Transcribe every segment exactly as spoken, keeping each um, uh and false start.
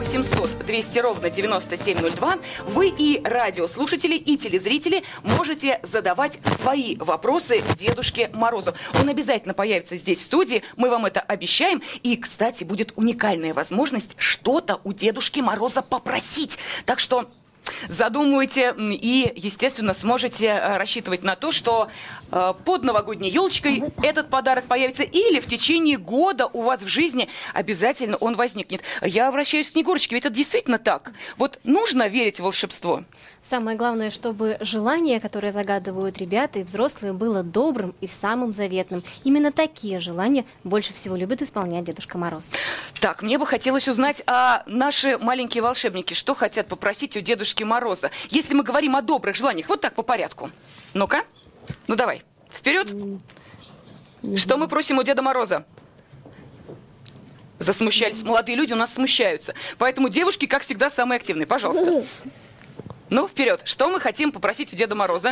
семьсот двести ровно девяносто семь ноль два вы и радиослушатели, и телезрители можете задавать свои вопросы Дедушке Морозу. Он обязательно появится здесь в студии, мы вам это обещаем. И, кстати, будет уникальная возможность что-то у Дедушки Мороза попросить. Так что задумывайте и, естественно, сможете рассчитывать на то, что э, под новогодней елочкой этот подарок появится или в течение года у вас в жизни обязательно он возникнет. Я обращаюсь к Снегурочке, ведь это действительно так. Вот нужно верить в волшебство. Самое главное, чтобы желание, которое загадывают ребята и взрослые, было добрым и самым заветным. Именно такие желания больше всего любит исполнять Дедушка Мороз. Так, мне бы хотелось узнать, а наши маленькие волшебники что хотят попросить у Дедушки Мороза? Если мы говорим о добрых желаниях, вот так по порядку. Ну-ка, ну давай, вперед. Что мы просим у Деда Мороза? Засмущались. Молодые люди у нас смущаются. Поэтому девушки, как всегда, самые активные. Пожалуйста. Ну, вперед. Что мы хотим попросить у Деда Мороза?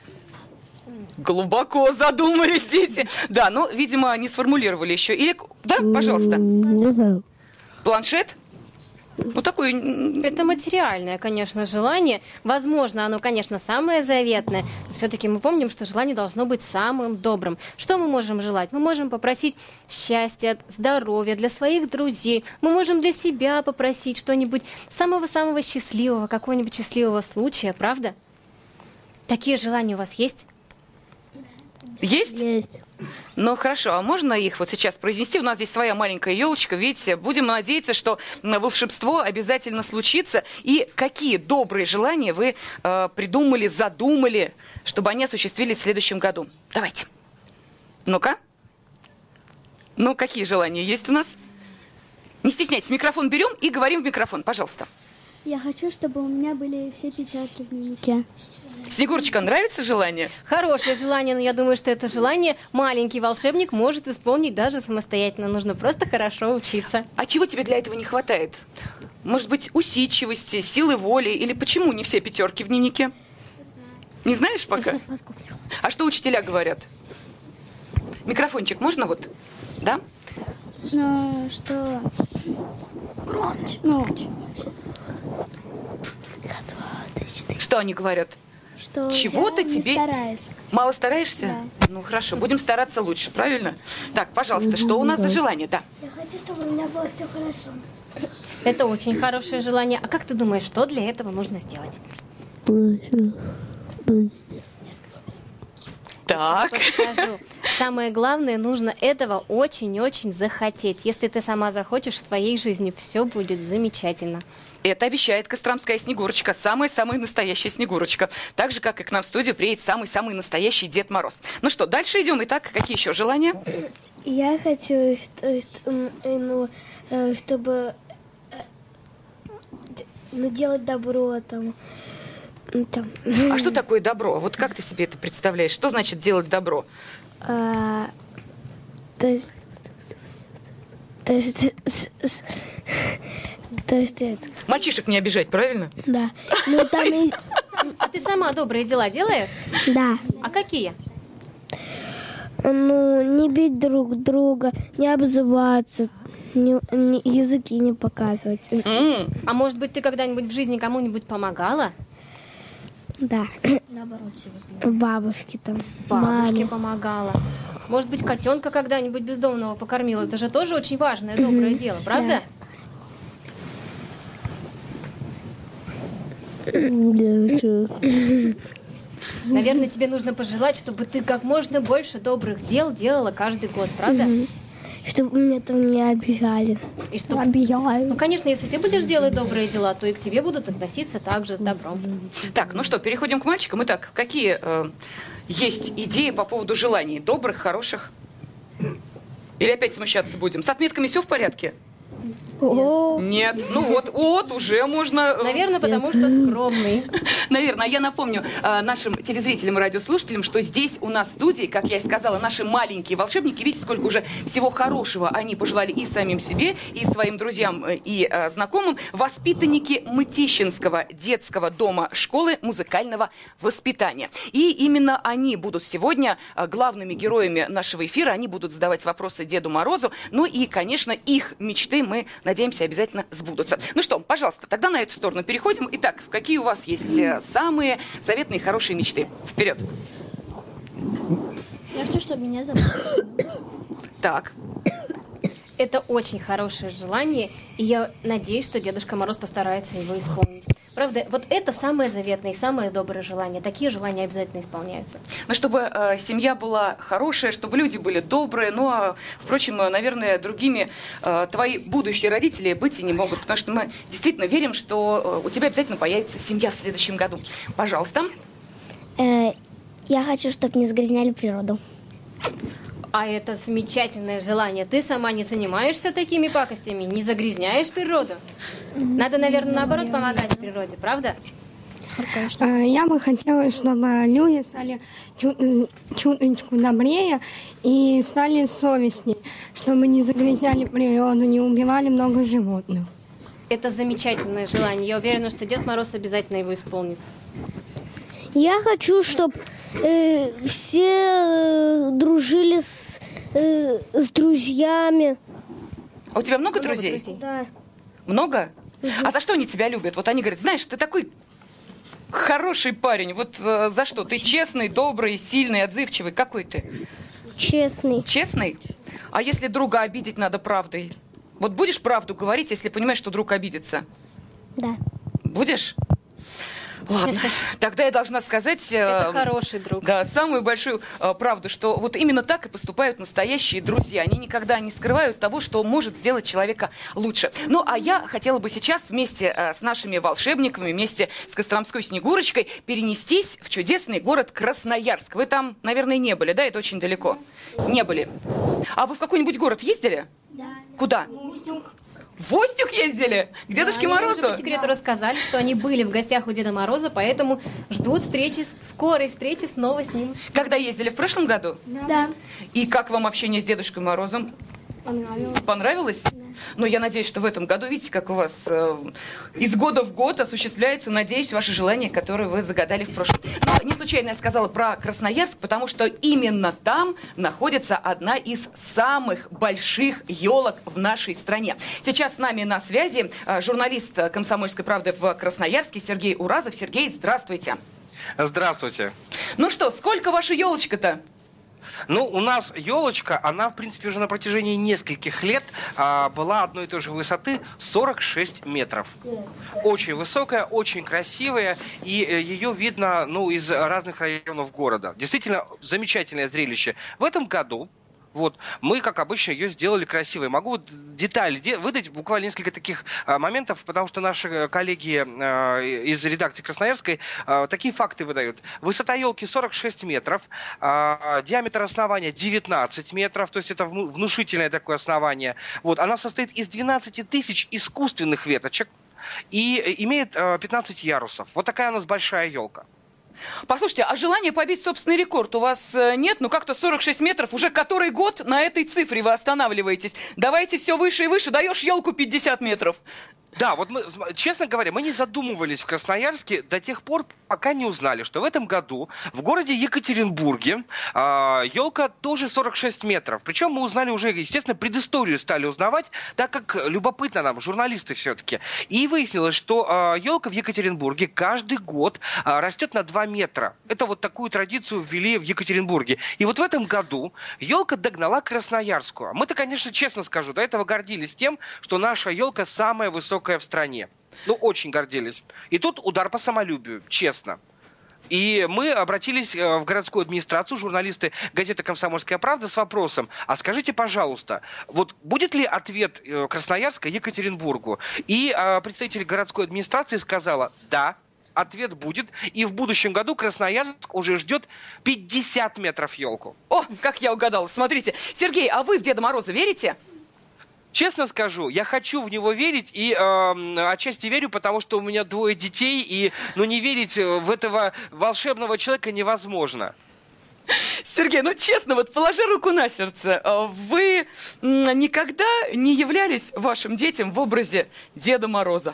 Глубоко задумались дети. Да, но, видимо, не сформулировали еще. Или, да, пожалуйста. Планшет? Ну, такой... Это материальное, конечно, желание. Возможно, оно, конечно, самое заветное. Но все-таки мы помним, что желание должно быть самым добрым. Что мы можем желать? Мы можем попросить счастья, здоровья для своих друзей. Мы можем для себя попросить что-нибудь самого-самого счастливого, какого-нибудь счастливого случая, правда? Такие желания у вас есть? Есть? Есть. Ну, хорошо, а можно их вот сейчас произнести? У нас здесь своя маленькая елочка, видите? Будем надеяться, что волшебство обязательно случится. И какие добрые желания вы э, придумали, задумали, чтобы они осуществились в следующем году? Давайте. Ну-ка. Ну, какие желания есть у нас? Не стесняйтесь, микрофон берем и говорим в микрофон, пожалуйста. Я хочу, чтобы у меня были все пятерки в дневнике. Снегурочка, нравится желание? Хорошее желание, но я думаю, что это желание маленький волшебник может исполнить даже самостоятельно. Нужно просто хорошо учиться. А чего тебе для этого не хватает? Может быть, усидчивости, силы воли? Или почему не все пятерки в дневнике? Не знаешь пока? А что учителя говорят? Микрофончик можно вот? Да? Ну, что... Громче. Ну, что они говорят? Что чего-то я не тебе... стараюсь. Мало стараешься? Да. Ну, хорошо, будем стараться лучше, правильно? Так, пожалуйста, что у нас за желание? Да. Я хочу, чтобы у меня было все хорошо. Это очень хорошее желание. А как ты думаешь, что для этого нужно сделать? Так. Подскажу. Самое главное, нужно этого очень-очень захотеть. Если ты сама захочешь, в твоей жизни все будет замечательно. Это обещает костромская Снегурочка, самая-самая настоящая Снегурочка. Так же, как и к нам в студию приедет самый-самый настоящий Дед Мороз. Ну что, дальше идем. Итак, какие еще желания? Я хочу, ну, чтобы ну, делать добро там. там. А что такое добро? Вот как ты себе это представляешь? Что значит делать добро? А, то есть... То есть... То есть это... Мальчишек не обижать, правильно? Да. Ну, там и... А ты сама добрые дела делаешь? Да. А какие? Ну, не бить друг друга, не обзываться, не, не, языки не показывать. Mm. А может быть, ты когда-нибудь в жизни кому-нибудь помогала? Да. Наоборот, бабушке там, бабушке маме. помогала. Может быть, котенка когда-нибудь бездомного покормила. Это же тоже очень важное, доброе дело, правда? Наверное, тебе нужно пожелать, чтобы ты как можно больше добрых дел делала каждый год, правда? Чтобы меня там не обижали. И чтобы... Обижали. Ну, конечно, если ты будешь делать добрые дела, то и к тебе будут относиться также с добром. Так, ну что, переходим к мальчикам. Итак, какие э, есть идеи по поводу желаний? Добрых, хороших? Или опять смущаться будем? С отметками все в порядке? О, Нет. Ну вот, вот, уже можно... э, Наверное, потому что скромный. Наверное, я напомню э, нашим телезрителям и радиослушателям, что здесь у нас в студии, как я и сказала, наши маленькие волшебники. Видите, сколько уже всего хорошего они пожелали и самим себе, и своим друзьям, э, и э, знакомым. Воспитанники Мытищинского детского дома школы музыкального воспитания. И именно они будут сегодня э, главными героями нашего эфира. Они будут задавать вопросы Деду Морозу. Ну и, конечно, их мечты мы, наверное, надеемся, обязательно сбудутся. Ну что, пожалуйста, тогда на эту сторону переходим. Итак, какие у вас есть э, самые заветные хорошие мечты? Вперед! Я хочу, чтобы меня забрали. Так. Это очень хорошее желание, и я надеюсь, что Дедушка Мороз постарается его исполнить. Правда, вот это самое заветное и самое доброе желание. Такие желания обязательно исполняются. Ну, чтобы э, семья была хорошая, чтобы люди были добрые. Ну, а, впрочем, э, наверное, другими э, твои будущие родители быть и не могут. Потому что мы действительно верим, что э, у тебя обязательно появится семья в следующем году. Пожалуйста. Э, я хочу, чтобы не загрязняли природу. А это замечательное желание. Ты сама не занимаешься такими пакостями, не загрязняешь природу. Надо, наверное, наоборот помогать природе, правда? Я бы хотела, чтобы люди стали чу- чуточку добрее и стали совестнее, чтобы не загрязняли природу, не убивали много животных. Это замечательное желание. Я уверена, что Дед Мороз обязательно его исполнит. Я хочу, чтобы э, все э, дружили с, э, с друзьями. А у тебя много, Много друзей? друзей. Да. Много? А за что они тебя любят? Вот они говорят, знаешь, ты такой хороший парень. Вот э, за что? Ты честный, добрый, сильный, отзывчивый. Какой ты? Честный. Честный? А если друга обидеть надо правдой? Вот будешь правду говорить, если понимаешь, что друг обидится? Да. Будешь? Ладно, тогда я должна сказать... э, Это хороший друг. Да, самую большую э, правду, что вот именно так и поступают настоящие друзья. Они никогда не скрывают того, что может сделать человека лучше. Ну, а я хотела бы сейчас вместе э, с нашими волшебниками, вместе с Костромской Снегурочкой перенестись в чудесный город Красноярск. Вы там, наверное, не были, да? Это очень далеко. Не были. А вы в какой-нибудь город ездили? Да. Куда? В Устюг ездили? К Дедушке Они Морозу? уже по секрету рассказали, что они были в гостях у Деда Мороза, поэтому ждут встречи, с- скорой встречи снова с ним. Когда ездили? В прошлом году? Да. И как вам общение с Дедушкой Морозом? Понравилось. Понравилось? Но я надеюсь, что в этом году, видите, как у вас э, из года в год осуществляется, надеюсь, ваши желания, которые вы загадали в прошлом. Но не случайно я сказала про Красноярск, потому что именно там находится одна из самых больших елок в нашей стране. Сейчас с нами на связи э, журналист «Комсомольской правды» в Красноярске Сергей Уразов. Сергей, здравствуйте. Здравствуйте. Ну что, сколько ваша елочка-то? Ну, у нас елочка, она, в принципе, уже на протяжении нескольких лет а, была одной и той же высоты сорок шесть метров. Очень высокая, очень красивая, и э, ее видно, ну, из разных районов города. Действительно, замечательное зрелище. В этом году вот, мы, как обычно, ее сделали красивой. Могу вот детали де- выдать, буквально несколько таких а, моментов, потому что наши коллеги а, из редакции Красноярской а, такие факты выдают. Высота елки сорок шесть метров, а, диаметр основания девятнадцать метров, то есть это вну- внушительное такое основание. Вот, она состоит из двенадцати тысяч искусственных веточек и имеет а, пятнадцать ярусов. Вот такая у нас большая елка. Послушайте, а желание побить собственный рекорд у вас э, нет? Ну как-то сорок шесть метров, уже который год на этой цифре вы останавливаетесь. Давайте все выше и выше, даешь елку пятьдесят метров. Да, вот мы, честно говоря, мы не задумывались в Красноярске до тех пор, пока не узнали, что в этом году в городе Екатеринбурге э, елка тоже сорок шесть метров. Причем мы узнали уже, естественно, предысторию стали узнавать, так как любопытно нам, журналисты все-таки. И выяснилось, что э, елка в Екатеринбурге каждый год э, растет на два метра. Это вот такую традицию ввели в Екатеринбурге. И вот в этом году елка догнала Красноярскую. Мы-то, конечно, честно скажу, до этого гордились тем, что наша елка самая высокая в стране. Ну, очень гордились. И тут удар по самолюбию, честно. И мы обратились в городскую администрацию, журналисты газеты «Комсомольская правда» с вопросом: а скажите, пожалуйста, вот будет ли ответ Красноярска Екатеринбургу? И представитель городской администрации сказала: да, ответ будет. И в будущем году Красноярск уже ждет пятьдесят метров елку. О, как я угадала. Смотрите, Сергей, а вы в Деда Мороза верите? Честно скажу, я хочу в него верить и э, отчасти верю, потому что у меня двое детей, и ну, не верить в этого волшебного человека невозможно. Сергей, ну честно, вот положи руку на сердце, вы никогда не являлись вашим детям в образе Деда Мороза?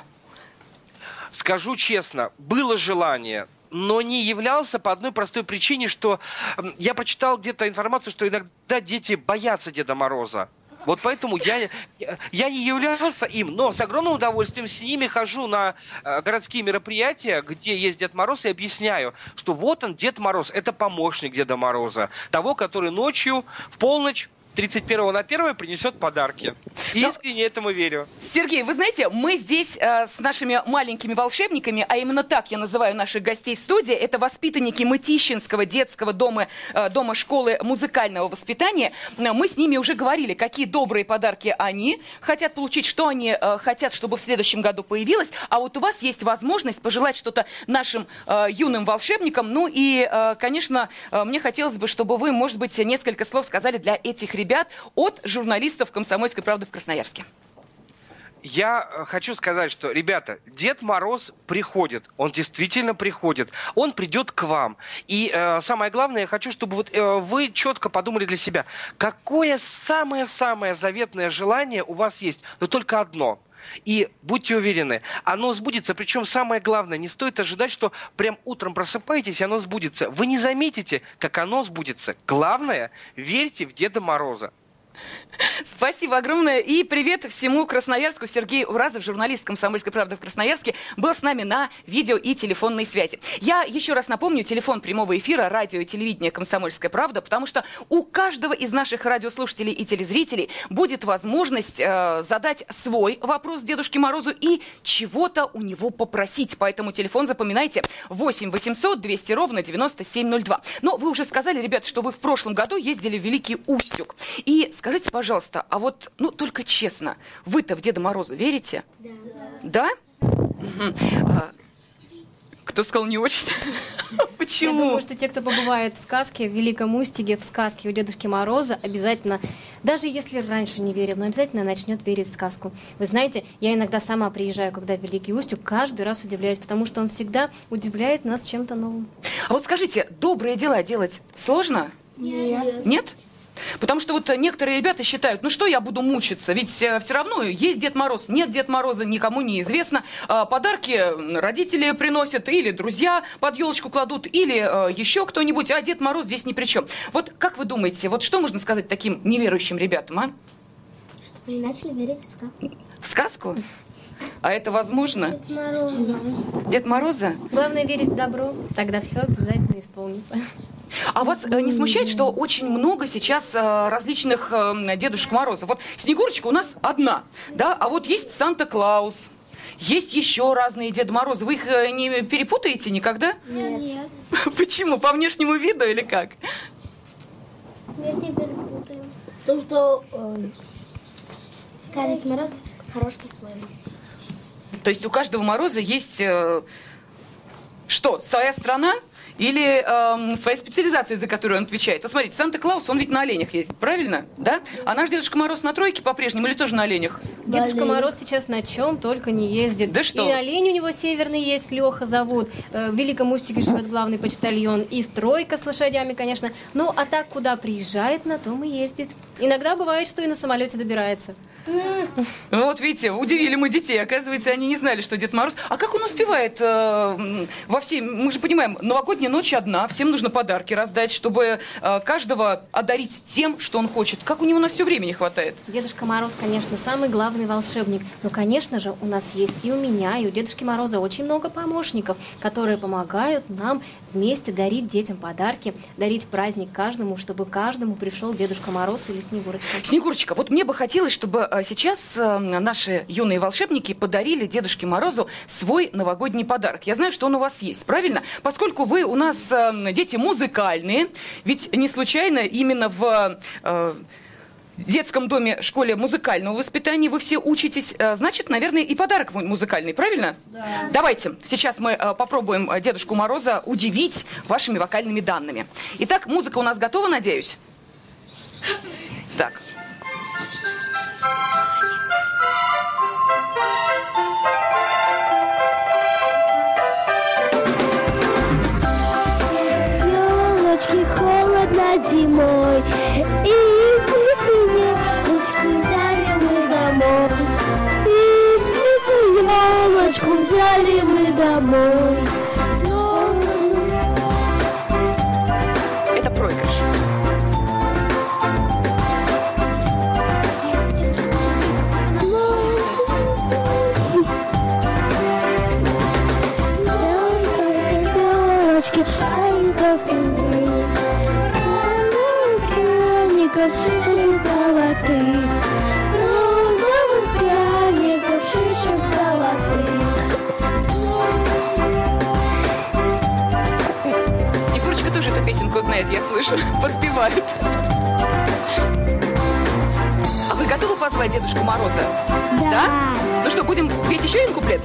Скажу честно, было желание, но не являлся по одной простой причине, что я почитал где-то информацию, что иногда дети боятся Деда Мороза. Вот поэтому я, я не являлся им, но с огромным удовольствием с ними хожу на э, городские мероприятия, где есть Дед Мороз, и объясняю, что вот он, Дед Мороз, это помощник Деда Мороза, того, который ночью в полночь тридцать первого на первое принесет подарки. Искренне этому верю. Сергей, вы знаете, мы здесь э, с нашими маленькими волшебниками, а именно так я называю наших гостей в студии, это воспитанники Мытищинского детского дома, э, дома школы музыкального воспитания. Мы с ними уже говорили, какие добрые подарки они хотят получить, что они э, хотят, чтобы в следующем году появилось. А вот у вас есть возможность пожелать что-то нашим э, юным волшебникам. Ну и, э, конечно, э, мне хотелось бы, чтобы вы, может быть, несколько слов сказали для этих ребят. Ребят от журналистов «Комсомольской правды» в Красноярске. Я хочу сказать, что, ребята, Дед Мороз приходит, он действительно приходит, он придет к вам. И э, самое главное, я хочу, чтобы вот, э, вы четко подумали для себя, какое самое-самое заветное желание у вас есть, но только одно. И будьте уверены, оно сбудется. Причем самое главное, не стоит ожидать, что прям утром просыпаетесь, и оно сбудется. Вы не заметите, как оно сбудется. Главное, верьте в Деда Мороза. Спасибо огромное. И привет всему Красноярску. Сергей Уразов, журналист «Комсомольской правды» в Красноярске, был с нами на видео и телефонной связи. Я еще раз напомню, телефон прямого эфира, радио и телевидение «Комсомольская правда», потому что у каждого из наших радиослушателей и телезрителей будет возможность э, задать свой вопрос Дедушке Морозу и чего-то у него попросить. Поэтому телефон запоминайте: восемь восемьсот двести ровно девяносто семь ноль два. Но вы уже сказали, ребят, что вы в прошлом году ездили в Великий Устюг. И скажите, пожалуйста, а вот, ну, только честно, вы-то в Деда Мороза верите? Да. Да? Угу. А, кто сказал не очень? Почему? Я думаю, что те, кто побывает в сказке, в Великом Устюге, в сказке у Дедушки Мороза, обязательно, даже если раньше не верил, но обязательно начнет верить в сказку. Вы знаете, я иногда сама приезжаю, когда в Великий Устюг, каждый раз удивляюсь, потому что он всегда удивляет нас чем-то новым. А вот скажите, добрые дела делать сложно? Нет. Нет? Потому что вот некоторые ребята считают, ну что я буду мучиться, ведь э, все равно есть Дед Мороз, нет Дед Мороза, никому не известно. Э, подарки родители приносят, или друзья под елочку кладут, или э, еще кто-нибудь, а Дед Мороз здесь ни при чем. Вот как вы думаете, вот что можно сказать таким неверующим ребятам, а? Чтобы они начали верить в сказку. В сказку? А это возможно? Дед Мороза. Дед Мороза? Главное верить в добро, тогда все обязательно исполнится. А вас э, не смущает, что очень много сейчас э, различных э, Дедушек Морозов? Вот Снегурочка у нас одна, да, а вот есть Санта-Клаус, есть еще разные Деды Морозы. Вы их э, не перепутаете никогда? Нет. Почему? По внешнему виду или как? Нет, не перепутаем. Потому что э, каждый Мороз хорош по-своему. То есть у каждого Мороза есть э, что, своя страна? Или э, своя специализация, за которую он отвечает. Вот смотрите, Санта-Клаус, он ведь на оленях ездит, правильно? Да? А наш Дедушка Мороз на тройке по-прежнему или тоже на оленях? Дедушка Мороз сейчас на чем только не ездит. Да что? И олень у него северный есть, Леха зовут. В Великом Устюге живет главный почтальон. И тройка с лошадями, конечно. Ну, а так, куда приезжает, на том и ездит. Иногда бывает, что и на самолете добирается. Ну вот видите, удивили мы детей. Оказывается, они не знали, что Дед Мороз. А как он успевает э, во все... Мы же понимаем, новогодняя ночь одна, всем нужно подарки раздать, чтобы э, каждого одарить тем, что он хочет. Как у него на все время не хватает? Дедушка Мороз, конечно, самый главный волшебник. Но, конечно же, у нас есть и у меня, и у Дедушки Мороза очень много помощников, которые помогают нам вместе дарить детям подарки, дарить праздник каждому, чтобы каждому пришел Дедушка Мороз или Снегурочка. Снегурочка, вот мне бы хотелось, чтобы сейчас наши юные волшебники подарили Дедушке Морозу свой новогодний подарок. Я знаю, что он у вас есть, правильно? Поскольку вы у нас дети музыкальные, ведь не случайно именно в... В детском доме, школе музыкального воспитания вы все учитесь, значит, наверное, и подарок музыкальный, правильно? Да. Давайте, сейчас мы попробуем Дедушку Мороза удивить вашими вокальными данными. Итак, музыка у нас готова, надеюсь? Так. Елочки холодно зимой, и из лесу елочку взяли мы домой. Из лесу елочку взяли мы домой. Это проигрыш. игрушки, шариков из них, розовых пряников, шишек золотых, розовых пряников, шишек золотых. Снегурочка тоже эту песенку знает, я слышу, подпевает. А вы готовы позвать Дедушку Мороза? Да. Да? Ну что, будем петь еще один куплет?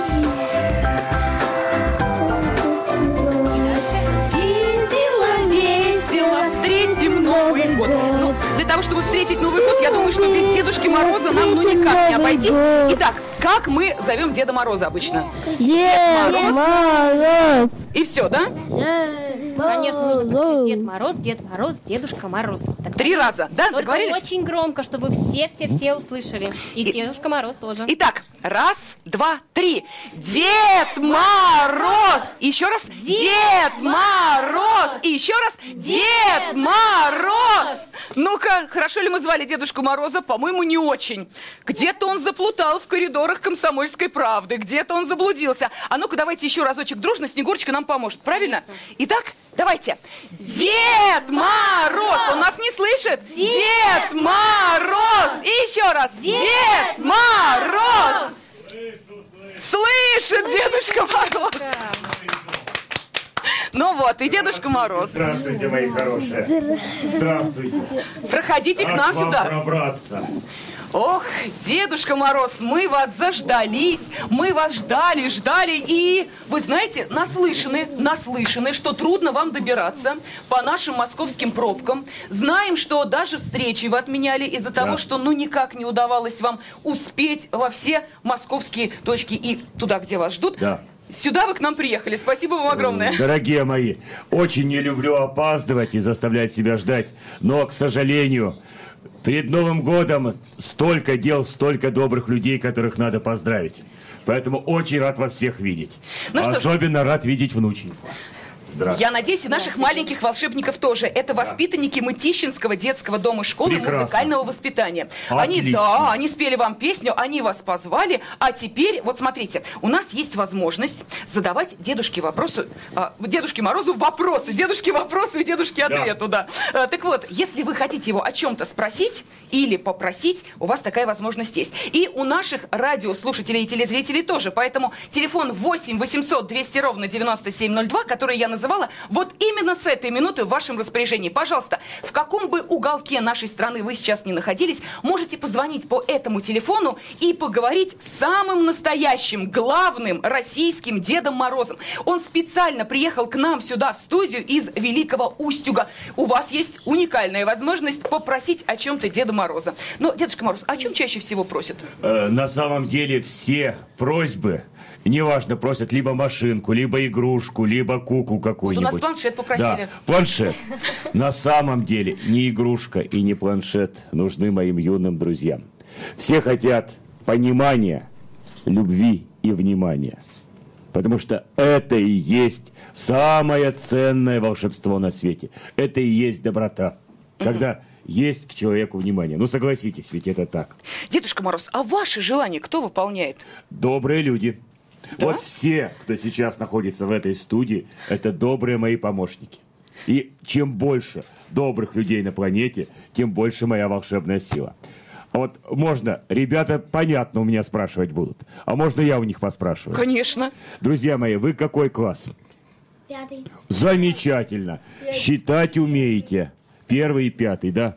Весело, весело, Встретим Новый год. Ну, для того, чтобы встретить Новый год, я думаю, что без Дедушки Мороза нам ну никак не обойтись. Итак, как мы зовем Деда Мороза обычно? Дед Мороз. И все, да? Конечно, нужно кричать Дед Мороз, Дед Мороз, Дедушка Мороз. Так, Три раза, да? только Договорились? очень громко, чтобы все-все-все услышали. И, И- Дедушка Мороз тоже. Итак, раз, два, три. Дед Мороз! И еще раз. Дед Мороз! И еще раз. Дед Мороз! Ну-ка, хорошо ли мы звали Дедушку Мороза? По-моему, не очень. Где-то он заплутал в коридорах Комсомольской правды, где-то он заблудился. А ну-ка, давайте еще разочек дружно, Снегурочка нам поможет, правильно? Итак, давайте. Дед Мороз! Он нас не слышит? Дед Мороз! И еще раз. Дед Мороз! Слышит Дедушка Мороз! Ну вот, и Дедушка Мороз. Здравствуйте, мои хорошие. Здравствуйте. Проходите к Как нам вам сюда. пробраться? Ох, Дедушка Мороз, мы вас заждались, мы вас ждали, ждали, и, вы знаете, наслышаны, наслышаны, что трудно вам добираться по нашим московским пробкам. Знаем, что даже встречи вы отменяли из-за Да. того, что ну никак не удавалось вам успеть во все московские точки и туда, где вас ждут. Да. Сюда вы к нам приехали, спасибо вам огромное. Дорогие мои, очень не люблю опаздывать и заставлять себя ждать, но, к сожалению, перед Новым годом столько дел, столько добрых людей, которых надо поздравить. Поэтому очень рад вас всех видеть. Ну что ж. Особенно рад видеть внученьку. Здравствуйте. Я надеюсь, и наших маленьких волшебников тоже. Это воспитанники Мытищинского детского дома школы Прекрасно. музыкального воспитания. Они, Отлично. да, они спели вам песню, они вас позвали, а теперь, вот смотрите, у нас есть возможность задавать Дедушке вопросу, а, Дедушке Морозу вопросы, Дедушке вопросу и Дедушке ответу, да. А, так вот, если вы хотите его о чем-то спросить или попросить, у вас такая возможность есть. И у наших радиослушателей и телезрителей тоже. Поэтому телефон восемь восемьсот двести ровно девяносто семь ноль два, который я называла, вот именно с этой минуты в вашем распоряжении. Пожалуйста, в каком бы уголке нашей страны вы сейчас не находились, можете позвонить по этому телефону и поговорить с самым настоящим, главным российским Дедом Морозом. Он специально приехал к нам сюда в студию из Великого Устюга. У вас есть уникальная возможность попросить о чем-то Деда Мороза. Но, Дедушка Мороз, о чем чаще всего просят? Э, на самом деле все просьбы, неважно, просят либо машинку, либо игрушку, либо куклу какую-нибудь. Вот у нас планшет попросили. Да, планшет. На самом деле не игрушка и не планшет нужны моим юным друзьям. Все хотят понимания, любви и внимания. Потому что это и есть самое ценное волшебство на свете. Это и есть доброта. Когда есть к человеку внимание. Ну, согласитесь, ведь это так. Дедушка Мороз, а ваши желания кто выполняет? Добрые люди. Да? Вот все, кто сейчас находится в этой студии, это добрые мои помощники. И чем больше добрых людей на планете, тем больше моя волшебная сила. А вот можно, ребята, понятно, у меня спрашивать будут. А можно я у них поспрашиваю? Конечно. Друзья мои, вы какой класс? Пятый. Замечательно. Считать умеете. Первый и пятый, да?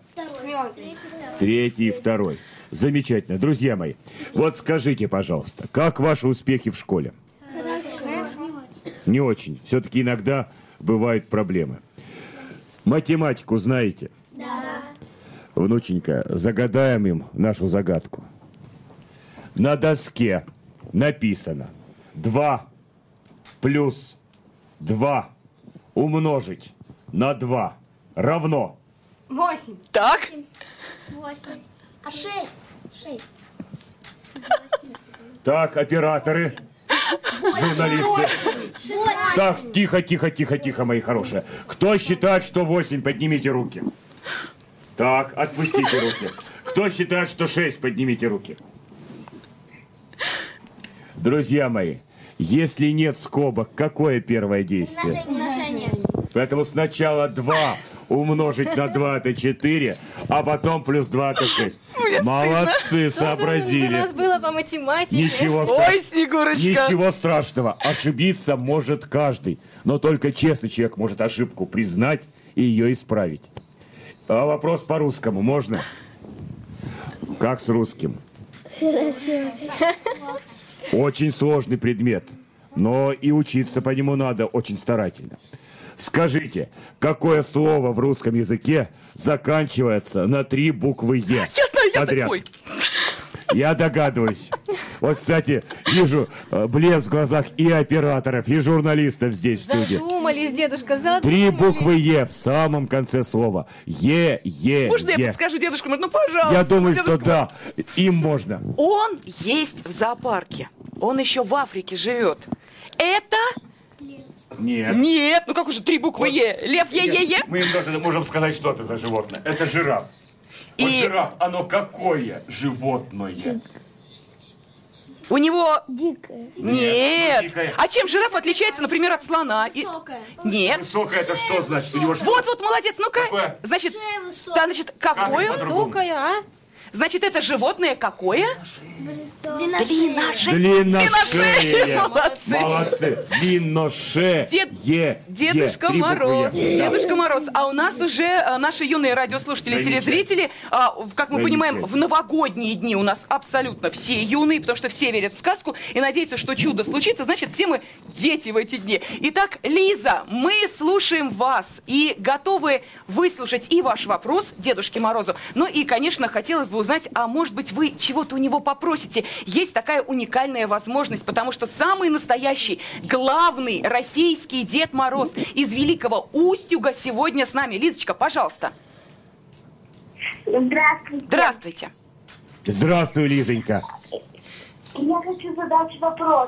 Третий и второй. Замечательно. Друзья мои, вот скажите, пожалуйста, как ваши успехи в школе? Не очень. Все-таки иногда бывают проблемы. Математику знаете? Да. Внученька, загадаем им нашу загадку. На доске написано два плюс два умножить на два равно. Восемь. Так, Восемь. А шесть? Шесть. Так, операторы, журналисты. Шестнадцать. Так, тихо, тихо, тихо, тихо, мои хорошие. Кто считает, что восемь, поднимите руки. Так, отпустите руки. Кто считает, что шесть, поднимите руки. Друзья мои, если нет скобок, какое первое действие? Умножение. Поэтому сначала два умножить на два это четыре, а потом плюс два это шесть. Молодцы, сообразили. У нас было по математике. Ничего, Ой, Снегурочка. Ничего страшного. Ошибиться может каждый. Но только честный человек может ошибку признать и ее исправить. А вопрос по-русскому можно? Как с русским? Хорошо. Очень сложный предмет, но и учиться по нему надо очень старательно. Скажите, какое слово в русском языке заканчивается на три буквы «е»? Я знаю, я подряд? такой. Я догадываюсь. Вот, кстати, вижу э, блеск в глазах и операторов, и журналистов здесь в студии. Задумались, дедушка, задумались. Три буквы «е» в самом конце слова. Е, Е, Можно я Е. подскажу, дедушка? Ну, пожалуйста. Я думаю, дедушка. что да, им можно. Он есть в зоопарке. Он еще в Африке живет. Это... Нет. Нет, ну как уже три буквы Е? Лев, Е, Е, Е? Мы им даже можем сказать, что это за животное. Это жираф. Вот И жираф, оно какое животное? у него... Дикая. Нет. дикая. А чем жираф отличается, например, от слона? И- Высокая. Нет. Высокое это что значит? У него что? Вот, вот, молодец, ну-ка. Какое? Значит, Шея высокая. да, значит, какое? Как по-другому? Высокая, а? Значит, это животное какое? Длина Длинношея. Длинношея. Молодцы. Молодцы. Длинношея. Дед- Е, Дедушка Е. Три буквы Мороз, Е. Да. Дедушка Мороз, а у нас уже а, наши юные радиослушатели и Замечательно. телезрители, а, в- как мы понимаем, в Замечательно. новогодние дни у нас абсолютно все юные, потому что все верят в сказку и надеются, что чудо случится, значит, все мы дети в эти дни. Итак, Лиза, мы слушаем вас и готовы выслушать и ваш вопрос Дедушке Морозу, ну и, конечно, хотелось бы узнать, а может быть, вы чего-то у него попросите. Есть такая уникальная возможность, потому что самый настоящий, главный российский Дед Мороз из Великого Устюга сегодня с нами. Лизочка, пожалуйста. Здравствуйте. Здравствуйте. Здравствуй, Лизонька. Я хочу задать вопрос.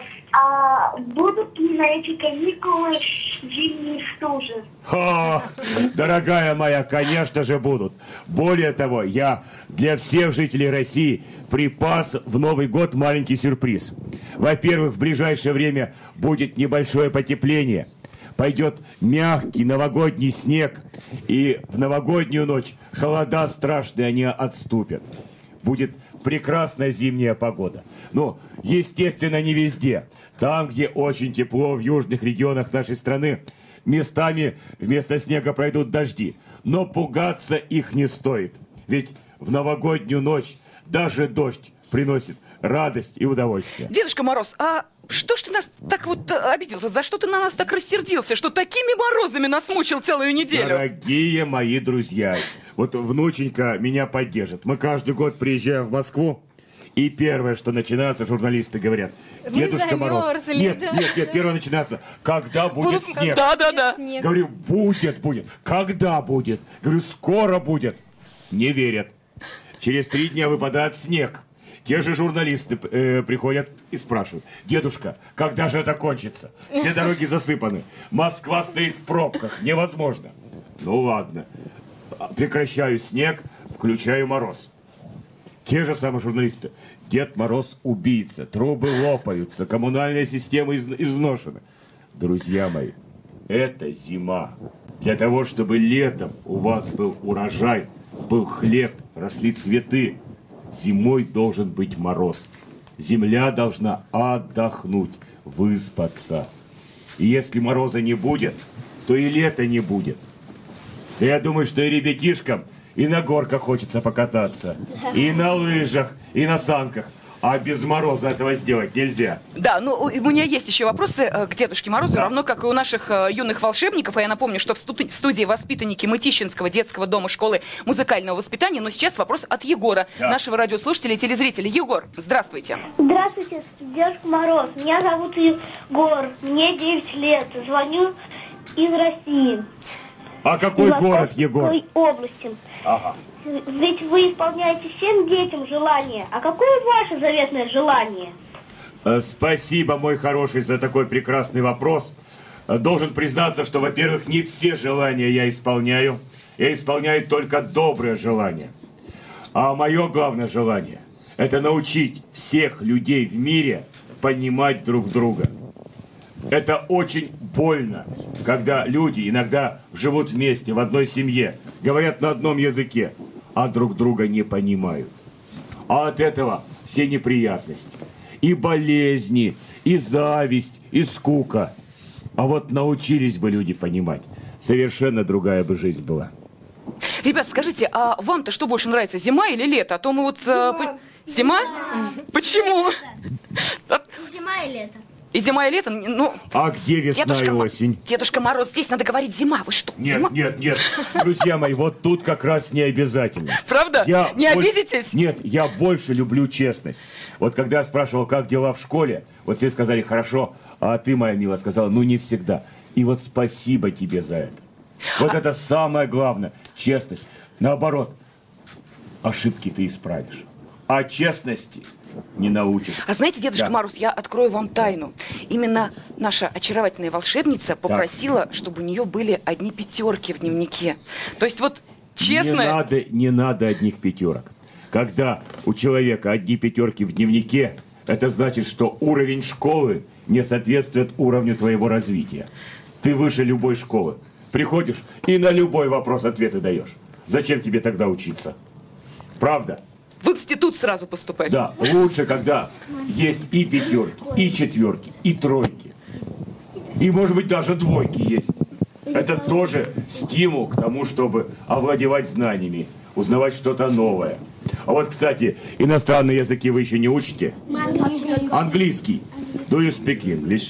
А будут ли на эти каникулы зимние стужи? Ха, дорогая моя, конечно же будут. Более того, я для всех жителей России припас в Новый год маленький сюрприз. Во-первых, в ближайшее время будет небольшое потепление. Пойдет мягкий новогодний снег. И в новогоднюю ночь холода страшные, они отступят. Будет прекрасная зимняя погода. Но, естественно, не везде. Там, где очень тепло, в южных регионах нашей страны, местами вместо снега пройдут дожди. Но пугаться их не стоит. Ведь в новогоднюю ночь даже дождь приносит радость и удовольствие. Дедушка Мороз, а что ж ты нас так вот э, обиделся? За что ты на нас так рассердился? Что такими морозами нас мучил целую неделю? Дорогие мои друзья, вот внученька меня поддержит. Мы каждый год приезжаем в Москву, и первое, что начинается, журналисты говорят: Дедушка Мороз. замерзли, Нет, да. нет, нет, первое начинается: когда будет Будут- снег? Да, да, да. Снег. Говорю, будет, будет. Когда будет? Говорю, скоро будет. Не верят. Через три дня выпадает снег. Те же журналисты э, приходят и спрашивают: дедушка, когда же это кончится? Все дороги засыпаны. Москва стоит в пробках. Невозможно. Ну ладно. Прекращаю снег, включаю мороз. Те же самые журналисты: Дед Мороз убийца, трубы лопаются, коммунальная система из- изношена. Друзья мои, это зима. Для того, чтобы летом у вас был урожай, был хлеб, росли цветы, зимой должен быть мороз. Земля должна отдохнуть, выспаться. И если мороза не будет, то и лета не будет. Да я думаю, что и ребятишкам и на горках хочется покататься, и на лыжах, и на санках. А без мороза этого сделать нельзя. Да, ну у у меня есть еще вопросы э, к Дедушке Морозу, Да. равно как и у наших э, юных волшебников. А я напомню, что в студи- студии воспитанники Мытищинского детского дома школы музыкального воспитания. Но сейчас вопрос от Егора, Да. нашего радиослушателя и телезрителя. Егор, здравствуйте. Здравствуйте, Дедушка Мороз. Меня зовут Егор. Мне девять лет. Звоню из России. А какой из город, Егор? Московской области. Ага. Ведь вы исполняете всем детям желания. А какое ваше заветное желание? Э, Спасибо, мой хороший, за такой прекрасный вопрос. Э, Должен признаться, что, во-первых, не все желания я исполняю. Я исполняю только добрые желания. А мое главное желание – это научить всех людей в мире понимать друг друга. Это очень больно, когда люди иногда живут вместе, в одной семье, говорят на одном языке, а друг друга не понимают. А от этого все неприятности. И болезни, и зависть, и скука. А вот научились бы люди понимать, совершенно другая бы жизнь была. Ребят, скажите, а вам-то что больше нравится, зима или лето? А то мы вот... Зима? По... Зима? Да. Почему? Зима и лето. И зима, и лето, ну... А где весна Дедушка и осень? Дедушка Мороз, здесь надо говорить зима, вы что? Нет, зима? нет, нет, друзья мои, вот тут как раз не обязательно. Правда? Я не больше... обидитесь? Нет, я больше люблю честность. Вот когда я спрашивал, как дела в школе, вот все сказали, хорошо, а ты, моя милая, сказала, ну не всегда. И вот спасибо тебе за это. Вот а... это самое главное, честность. Наоборот, ошибки ты исправишь, а честности не научишь. А знаете, Дедушка да. Мороз, я открою вам тайну. Именно наша очаровательная волшебница попросила, так. чтобы у нее были одни пятерки в дневнике. То есть вот честно... Не надо, не надо одних пятерок. Когда у человека одни пятерки в дневнике, это значит, что уровень школы не соответствует уровню твоего развития. Ты выше любой школы. Приходишь и на любой вопрос ответы даешь. Зачем тебе тогда учиться? Правда? В институт сразу поступать. Да, лучше, когда есть и пятерки, и четверки, и тройки. И, может быть, даже двойки есть. Это тоже стимул к тому, чтобы овладевать знаниями, узнавать что-то новое. А вот, кстати, иностранные языки вы еще не учите? Английский. Английский. Do you speak English?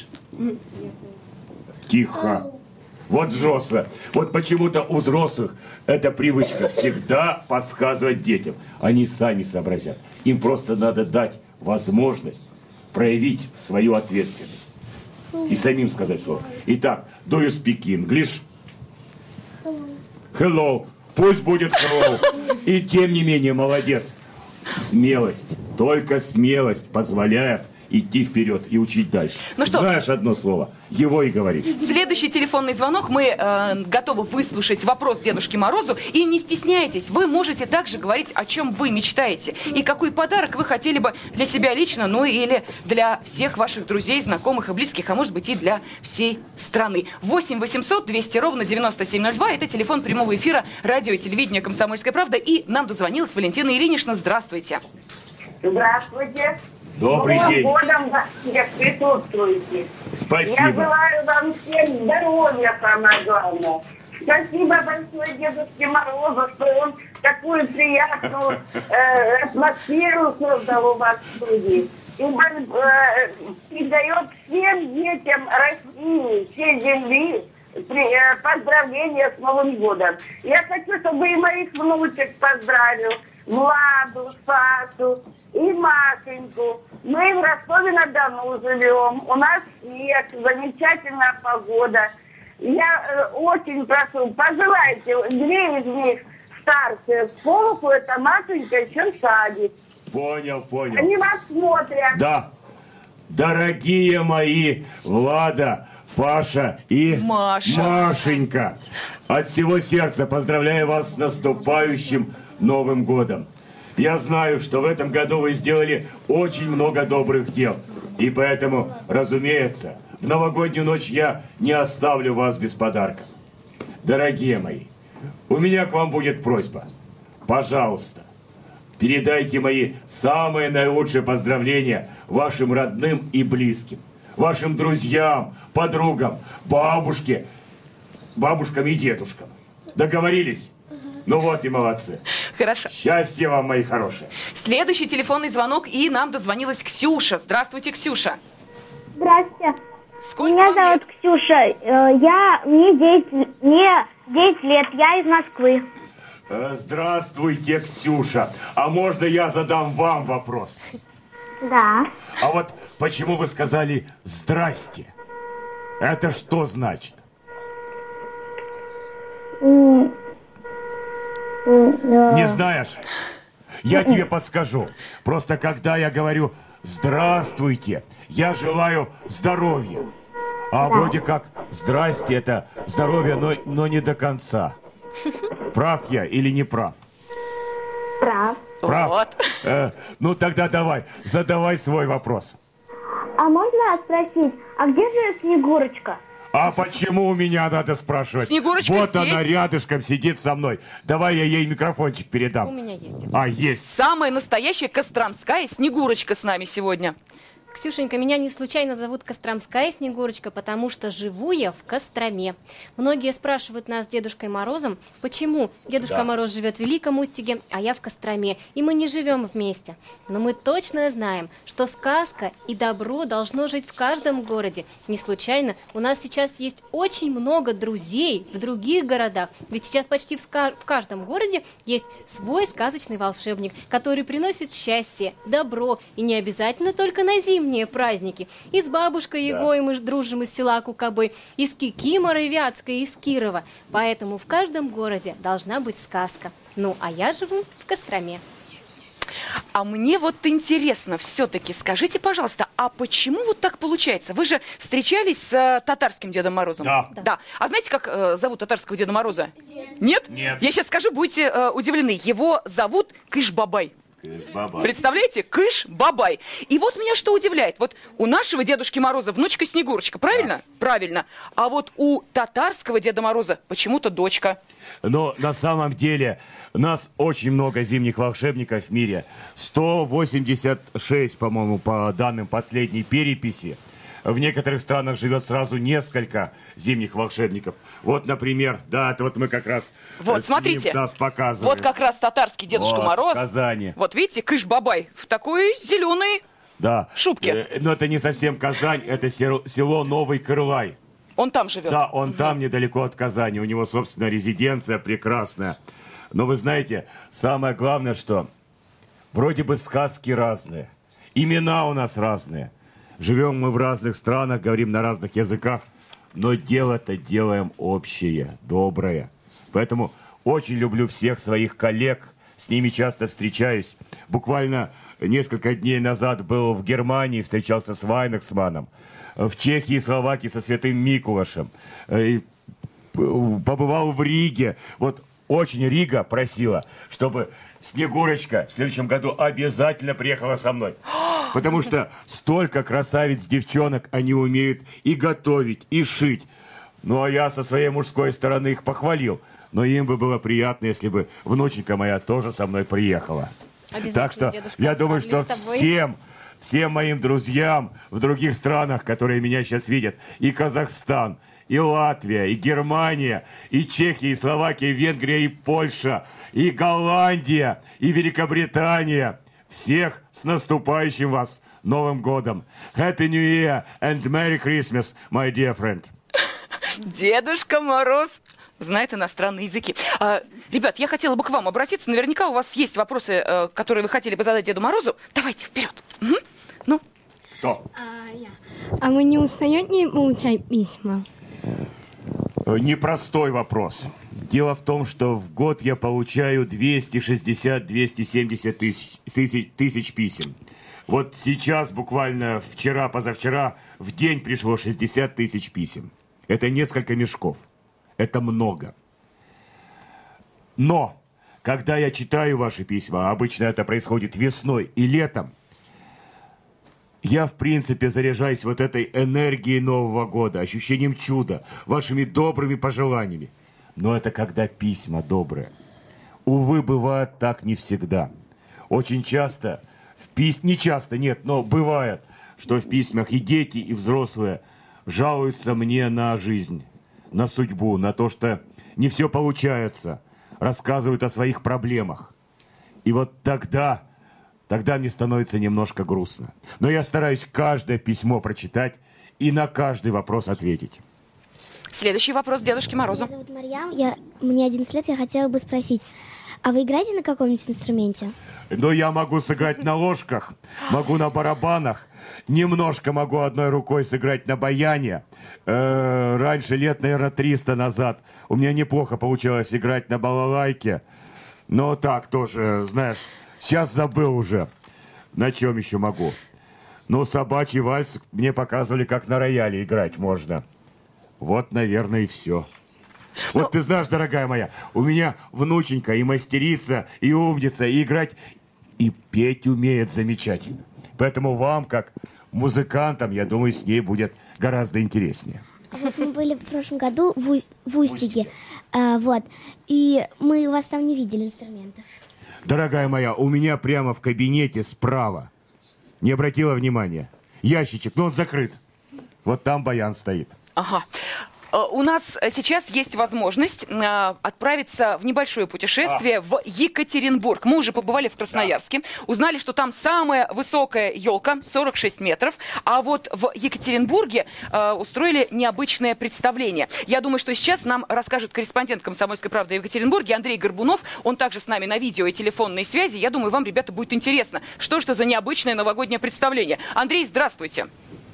Тихо. Вот взрослые. Вот почему-то у взрослых эта привычка всегда подсказывать детям. Они сами сообразят. Им просто надо дать возможность проявить свою ответственность. И самим сказать слово. Итак, do you speak English? Hello. Пусть будет hello. И тем не менее, молодец. Смелость. Только смелость позволяет идти вперед и учить дальше. Ну что? Знаешь одно слово, его и говори. Следующий телефонный звонок. Мы э, готовы выслушать вопрос Дедушке Морозу. И не стесняйтесь, вы можете также говорить, о чем вы мечтаете. И какой подарок вы хотели бы для себя лично, ну или для всех ваших друзей, знакомых и близких, а может быть и для всей страны. восемь восемьсот двести ровно девяносто семь ноль два. Это телефон прямого эфира радио и телевидения «Комсомольская правда». И нам дозвонилась Валентина Ильинична. Здравствуйте. Здравствуйте. Добрый Новым день. годом всех присутствуете. Спасибо. Я желаю вам всем здоровья, самое главное. Спасибо большое Дедушке Морозу, что он такую приятную э, атмосферу создал у вас в студии. И он э, передает всем детям России, всей земли при, э, поздравления с Новым годом. Я хочу, чтобы и моих внучек поздравил, Владу, Сашу и Машеньку. Мы в Ростове-на-Дону живем. У нас снег, замечательная погода. Я э, очень прошу, пожелайте, две из них старшие, Полуху, это Машенька, еще садик. Понял, понял. Они вас смотрят. Да. Дорогие мои Влада, Паша и Маша. Машенька, от всего сердца поздравляю вас с наступающим Новым годом. Я знаю, что в этом году вы сделали очень много добрых дел. И поэтому, разумеется, в новогоднюю ночь я не оставлю вас без подарка. Дорогие мои, у меня к вам будет просьба. Пожалуйста, передайте мои самые наилучшие поздравления вашим родным и близким, вашим друзьям, подругам, бабушке, бабушкам и дедушкам. Договорились? Ну вот и молодцы. Хорошо. Счастья вам, мои хорошие. Следующий телефонный звонок, и нам дозвонилась Ксюша. Здравствуйте, Ксюша. Здравствуйте. Сколько Меня вам зовут лет? Ксюша. Э, Я, мне девять, мне девять лет, я из Москвы. Э, Здравствуйте, Ксюша. А можно я задам вам вопрос? Да. А вот почему вы сказали «здрасте»? Это что значит? М, м, да. Не знаешь? Я тебе подскажу. Просто когда я говорю «здравствуйте», я желаю здоровья. А вроде как «здрасте» — это здоровье, но, но не до конца. Прав я или не прав? Прав. Прав? Вот. Э, ну тогда давай, задавай свой вопрос. А можно хотела спросить, а где живет Снегурочка? А почему у меня надо спрашивать? Снегурочка вот здесь. она рядышком сидит со мной. Давай я ей микрофончик передам. У меня есть. А, есть. Самая настоящая костромская Снегурочка с нами сегодня. Ксюшенька, меня не случайно зовут Костромская Снегурочка, потому что живу я в Костроме. Многие спрашивают нас с Дедушкой Морозом, почему Дедушка Да. Мороз живет в Великом Устюге, а я в Костроме, и мы не живем вместе. Но мы точно знаем, что сказка и добро должно жить в каждом городе. Не случайно у нас сейчас есть очень много друзей в других городах, ведь сейчас почти в, ска- в каждом городе есть свой сказочный волшебник, который приносит счастье, добро, и не обязательно только на зимние праздники. И с бабушкой Егой мы ж дружим из села Кукабы, и с Кикиморой Вятской, и с Кирова. Поэтому в каждом городе должна быть сказка. Ну, а я живу в Костроме. А мне вот интересно все-таки, скажите, пожалуйста, а почему вот так получается? Вы же встречались с э, татарским Дедом Морозом? Да. Да. А знаете, как э, зовут татарского Деда Мороза? Нет? Нет. Я сейчас скажу, будете э, удивлены. Его зовут Кыш-Бабай. Кыш-Бабай. Представляете? Кыш-Бабай. И вот меня что удивляет. Вот у нашего Дедушки Мороза внучка Снегурочка, правильно? Да. Правильно. А вот у татарского Деда Мороза почему-то дочка. Но на самом деле нас очень много зимних волшебников в мире. сто восемьдесят шесть, по-моему, по данным последней переписи. В некоторых странах живет сразу несколько зимних волшебников. Вот, например, да, это вот мы как раз вот, с ним смотрите, нас показываем. Вот как раз татарский Дедушка вот, Мороз. В Казани. Вот видите, Кыш-Бабай в такой зеленой да. шубке. Э, но это не совсем Казань, это село, село Новый Кырлай. Он там живет? Да, он угу. там, недалеко от Казани. У него, собственно, резиденция прекрасная. Но вы знаете, самое главное, что вроде бы сказки разные, имена у нас разные. Живем мы в разных странах, говорим на разных языках, но дело-то делаем общее, доброе. Поэтому очень люблю всех своих коллег, с ними часто встречаюсь. Буквально несколько дней назад был в Германии, встречался с Вайнахсманом. В Чехии и Словакии со Святым Микулашем. Побывал в Риге. Вот очень Рига просила, чтобы Снегурочка в следующем году обязательно приехала со мной. Потому что столько красавиц девчонок, они умеют и готовить, и шить. Ну, а я со своей мужской стороны их похвалил. Но им бы было приятно, если бы внученька моя тоже со мной приехала. Так что я думаю, что всем, всем моим друзьям в других странах, которые меня сейчас видят, и Казахстан, и Латвия, и Германия, и Чехия, и Словакия, и Венгрия, и Польша, и Голландия, и Великобритания. Всех с наступающим вас Новым годом. Happy New Year and Merry Christmas, my dear friend. Дедушка Мороз знает иностранные языки. А, ребят, я хотела бы к вам обратиться. Наверняка у вас есть вопросы, которые вы хотели бы задать Деду Морозу. Давайте, вперед. Угу. Ну. Кто? А, я. А вы не устаете получать письма? Непростой вопрос. Дело в том, что в год я получаю двести шестьдесят - двести семьдесят тысяч, тысяч, тысяч писем. Вот сейчас, буквально вчера-позавчера, в день пришло шестьдесят тысяч писем. Это несколько мешков. Это много. Но, когда я читаю ваши письма, обычно это происходит весной и летом, я, в принципе, заряжаюсь вот этой энергией Нового года, ощущением чуда, вашими добрыми пожеланиями. Но это когда письма добрые. Увы, бывает так не всегда. Очень часто, в пис... не часто, нет, но бывает, что в письмах и дети, и взрослые жалуются мне на жизнь, на судьбу, на то, что не все получается, рассказывают о своих проблемах. И вот тогда... Тогда мне становится немножко грустно. Но я стараюсь каждое письмо прочитать и на каждый вопрос ответить. Следующий вопрос Дедушке Морозу. Меня зовут Марьям, я, мне одиннадцать лет, я хотела бы спросить, а вы играете на каком-нибудь инструменте? Ну, я могу сыграть на ложках, могу на барабанах, немножко могу одной рукой сыграть на баяне. Э-э, раньше, лет, наверное, триста назад, у меня неплохо получалось играть на балалайке. Но так тоже, знаешь... Сейчас забыл уже, на чем еще могу. Ну, собачий вальс мне показывали, как на рояле играть можно. Вот, наверное, и все. Вот ну... ты знаешь, дорогая моя, у меня внученька и мастерица, и умница, и играть, и петь умеет замечательно. Поэтому вам, как музыкантам, я думаю, с ней будет гораздо интереснее. А вот мы были в прошлом году в, Уз- в Устюге, а, вот, и мы вас там не видели инструментов. Дорогая моя, у меня прямо в кабинете справа, не обратила внимания, ящичек, но он закрыт. Вот там баян стоит. Ага. У нас сейчас есть возможность отправиться в небольшое путешествие а. в Екатеринбург. Мы уже побывали в Красноярске, да. узнали, что там самая высокая елка, сорок шесть метров, а вот в Екатеринбурге э, устроили необычное представление. Я думаю, что сейчас нам расскажет корреспондент «Комсомольской правды» в Екатеринбурге Андрей Горбунов. Он также с нами на видео и телефонной связи. Я думаю, вам, ребята, будет интересно, что же это за необычное новогоднее представление. Андрей, здравствуйте.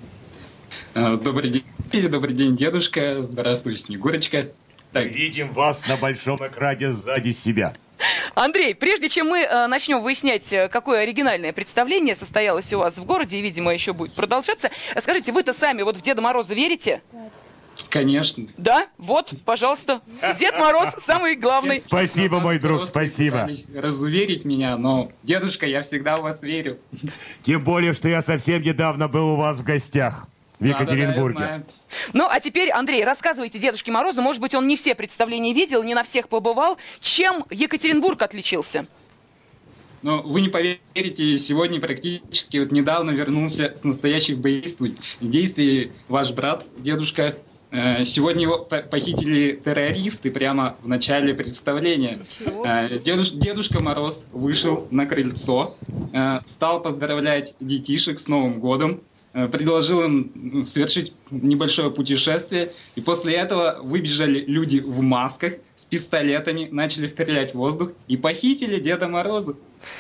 Добрый день. Добрый день, дедушка. Здравствуй, Снегурочка. Так. Видим вас на большом экране сзади себя. Андрей, прежде чем мы э, начнем выяснять, какое оригинальное представление состоялось у вас в городе, и, видимо, еще будет продолжаться, скажите, вы-то сами вот в Деда Мороза верите? Конечно. Да? Вот, пожалуйста. Дед Мороз самый главный. Спасибо, мой друг, спасибо. Разуверить меня, но, дедушка, я всегда в вас верю. Тем более, что я совсем недавно был у вас в гостях. В Екатеринбурге. Да, да, да, ну, а теперь, Андрей, рассказывайте Дедушке Морозу, может быть, он не все представления видел, не на всех побывал. Чем Екатеринбург отличился? Ну, вы не поверите, сегодня практически вот недавно вернулся с настоящих действий. Действий ваш брат, дедушка. Сегодня его похитили террористы прямо в начале представления. Дедуш, Дедушка Мороз вышел на крыльцо, стал поздравлять детишек с Новым годом, предложил им совершить небольшое путешествие, и после этого выбежали люди в масках с пистолетами, начали стрелять в воздух и похитили Деда Мороза.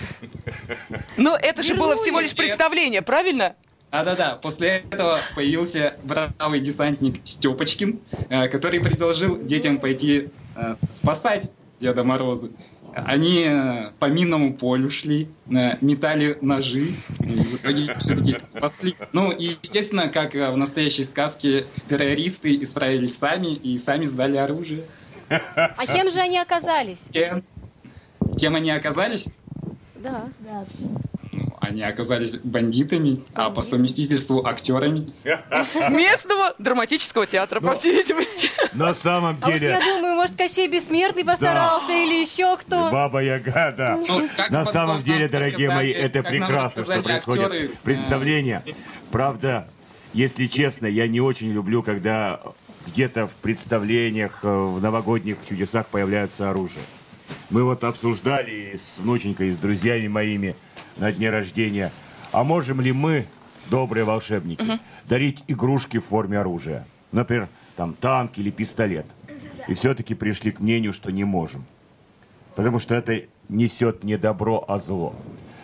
Но это же было всего лишь представление, правильно? Да-да-да, после этого появился бравый десантник Степочкин, который предложил детям пойти спасать Деда Мороза. Они по минному полю шли, метали ножи, и в итоге все-таки спасли. Ну и, естественно, как в настоящей сказке, террористы исправились сами и сами сдали оружие. А кем же они оказались? Кем, кем они оказались? Да. да. Ну, они оказались бандитами, а по совместительству актерами. Местного драматического театра, по всей видимости. На самом деле... А уж я думаю, может, Кощей Бессмертный постарался да. или еще кто. Баба Яга, да. Ну, на самом деле, дорогие мои, это прекрасно, что происходит актеры. Представление. Правда, если честно, я не очень люблю, когда где-то в представлениях, в новогодних чудесах появляются оружие. Мы вот обсуждали с внученькой, с друзьями моими на дне рождения, а можем ли мы, добрые волшебники, uh-huh. дарить игрушки в форме оружия? Например, там танк или пистолет. И все-таки пришли к мнению, что не можем. Потому что это несет не добро, а зло.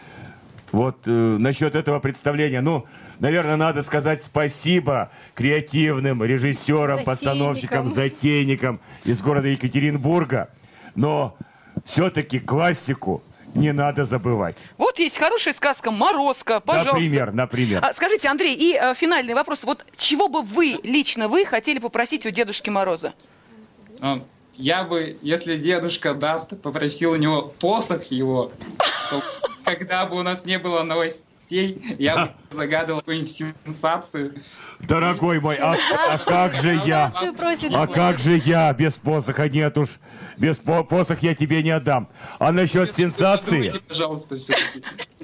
Вот э, насчет этого представления, ну, наверное, надо сказать спасибо креативным режиссерам, постановщикам, затейникам из города Екатеринбурга. Но все-таки классику не надо забывать. Вот есть хорошая сказка «Морозко», пожалуйста. Например, например. А, скажите, Андрей, и а, финальный вопрос. Вот чего бы вы, лично вы, хотели попросить у Дедушки Мороза? А, я бы, если дедушка даст, попросил у него посох его, чтобы, когда бы у нас не было новостей, я бы загадывал какую-нибудь сенсацию. Дорогой мой, а, а как же я? А как же я? Без посоха нет уж. Без по посох я тебе не отдам. А насчет сенсации... Пожалуйста, все-таки.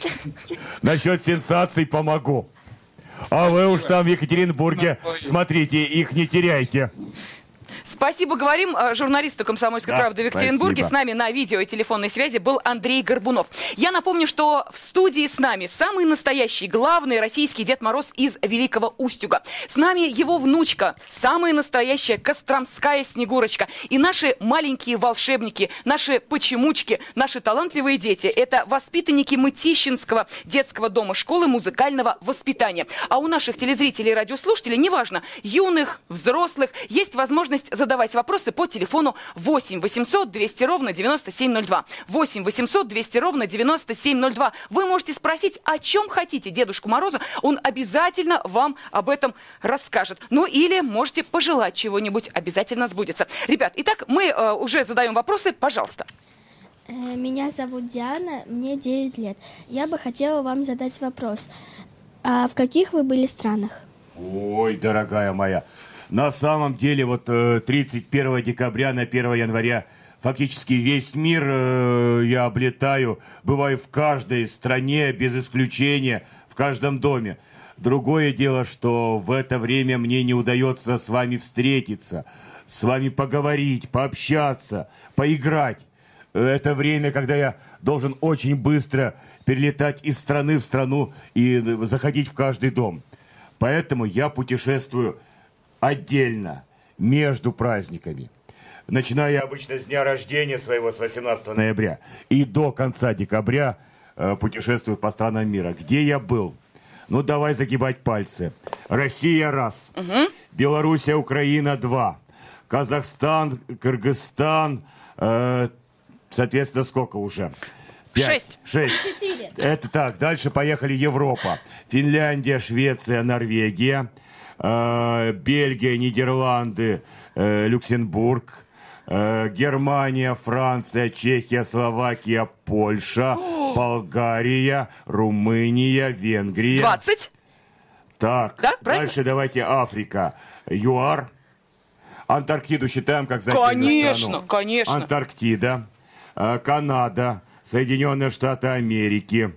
Насчет сенсаций помогу. А вы уж там в Екатеринбурге, смотрите, их не теряйте. Спасибо, говорим журналисту «Комсомольской да, правды» в Екатеринбурге. Спасибо. С нами на видео и телефонной связи был Андрей Горбунов. Я напомню, что в студии с нами самый настоящий, главный российский Дед Мороз из Великого Устюга. С нами его внучка, самая настоящая костромская Снегурочка. И наши маленькие волшебники, наши почемучки, наши талантливые дети. Это воспитанники Мытищинского детского дома школы музыкального воспитания. А у наших телезрителей и радиослушателей, неважно, юных, взрослых, есть возможность задавать вопросы по телефону восемь восемьсот двести ровно девяносто семь ноль два. восемь восемьсот двести ровно девяносто семь ноль два. Вы можете спросить, о чем хотите Дедушку Мороза. Он обязательно вам об этом расскажет. Ну или можете пожелать чего-нибудь, обязательно сбудется. Ребят, итак, мы э, уже задаем вопросы. Пожалуйста. Меня зовут Диана, мне девять лет. Я бы хотела вам задать вопрос. А в каких вы были странах? Ой, дорогая моя, на самом деле вот тридцать первого декабря на первое января фактически весь мир э, я облетаю, бываю в каждой стране, без исключения, в каждом доме. Другое дело, что в это время мне не удается с вами встретиться, с вами поговорить, пообщаться, поиграть. Это время, когда я должен очень быстро перелетать из страны в страну и заходить в каждый дом. Поэтому я путешествую отдельно, между праздниками. Начиная я обычно с дня рождения своего, с восемнадцатого ноября, и до конца декабря э, путешествую по странам мира. Где я был? Ну, давай загибать пальцы. Россия – раз. Угу. Белоруссия, Украина – два. Казахстан, Кыргызстан, э, соответственно, сколько уже? Пять. Шесть. Шесть. Четыре. Это так. Дальше поехали Европа. Финляндия, Швеция, Норвегия, э, Бельгия, Нидерланды, э, Люксембург, э, Германия, Франция, Чехия, Словакия, Польша, Болгария, Румыния, Венгрия. Двадцать. Так. Да, дальше давайте Африка. ЮАР. Антарктиду считаем как затерянную страну. Конечно, конечно. Антарктида, э, Канада, Соединенные Штаты Америки,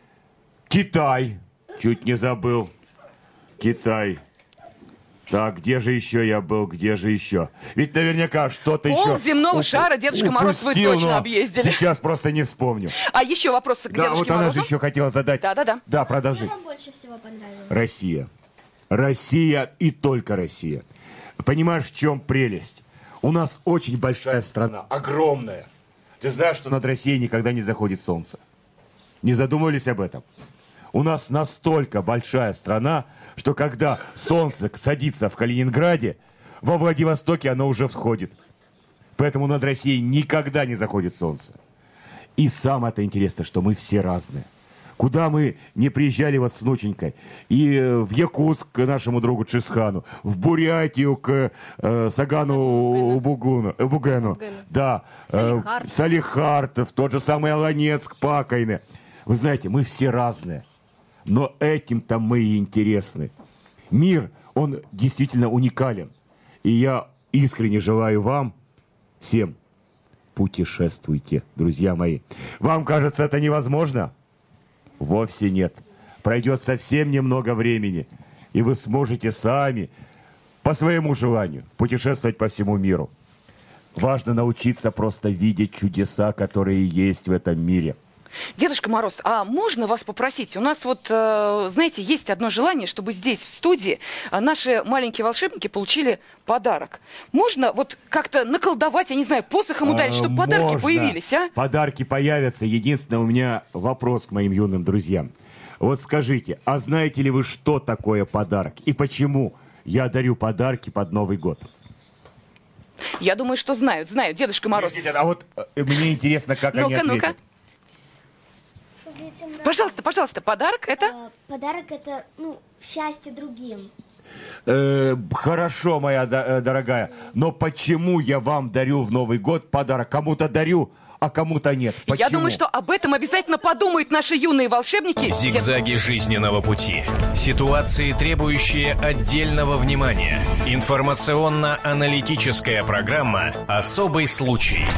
Китай, чуть не забыл, Китай. Так, где же еще я был, где же еще? Ведь наверняка что-то еще... Пол земного уп- шара Дедушка Мороз вы точно объездили. Сейчас просто не вспомню. А еще вопросы к да, Дедушке вот Морозу? Да, вот она же еще хотела задать. Да-да-да. Да, продолжи. Что вам больше всего понравилось? Россия. Россия и только Россия. Понимаешь, в чем прелесть? У нас очень большая страна, огромная. Ты знаешь, что над Россией никогда не заходит солнце? Не задумывались об этом? У нас настолько большая страна, что когда солнце садится в Калининграде, во Владивостоке оно уже всходит. Поэтому над Россией никогда не заходит солнце. И самое-то интересное, что мы все разные. Куда мы не приезжали вот с внученькой, и в Якутск к нашему другу Чисхану, в Бурятию к э, Сагану Бугуну, э, Бугену, да, э, Салихард, в тот же самый Аланецк, Пакайны. Вы знаете, мы все разные, но этим-то мы и интересны. Мир, он действительно уникален. И я искренне желаю вам всем путешествуйте, друзья мои. Вам кажется это невозможно? Вовсе нет. Пройдет совсем немного времени, и вы сможете сами, по своему желанию, путешествовать по всему миру. Важно научиться просто видеть чудеса, которые есть в этом мире. Дедушка Мороз, а можно вас попросить? У нас вот, знаете, есть одно желание, чтобы здесь, в студии, наши маленькие волшебники получили подарок. Можно вот как-то наколдовать, я не знаю, посохом ударить, чтобы а, подарки можно. Появились, а? Подарки появятся. Единственное, у меня вопрос к моим юным друзьям. Вот скажите, а знаете ли вы, что такое подарок? И почему я дарю подарки под Новый год? Я думаю, что знают, знают, Дедушка Мороз. Нет, нет, а вот мне интересно, как ну-ка, они ответят. Ну-ка, ну-ка. Пожалуйста, пожалуйста, подарок это? А, подарок это, ну, счастье другим. Э, хорошо, моя до- дорогая, но почему я вам дарю в Новый год подарок? Кому-то дарю, а кому-то нет. Почему? Я думаю, что об этом обязательно подумают наши юные волшебники. Зигзаги жизненного пути. Ситуации, требующие отдельного внимания. Информационно-аналитическая программа «Особый случай».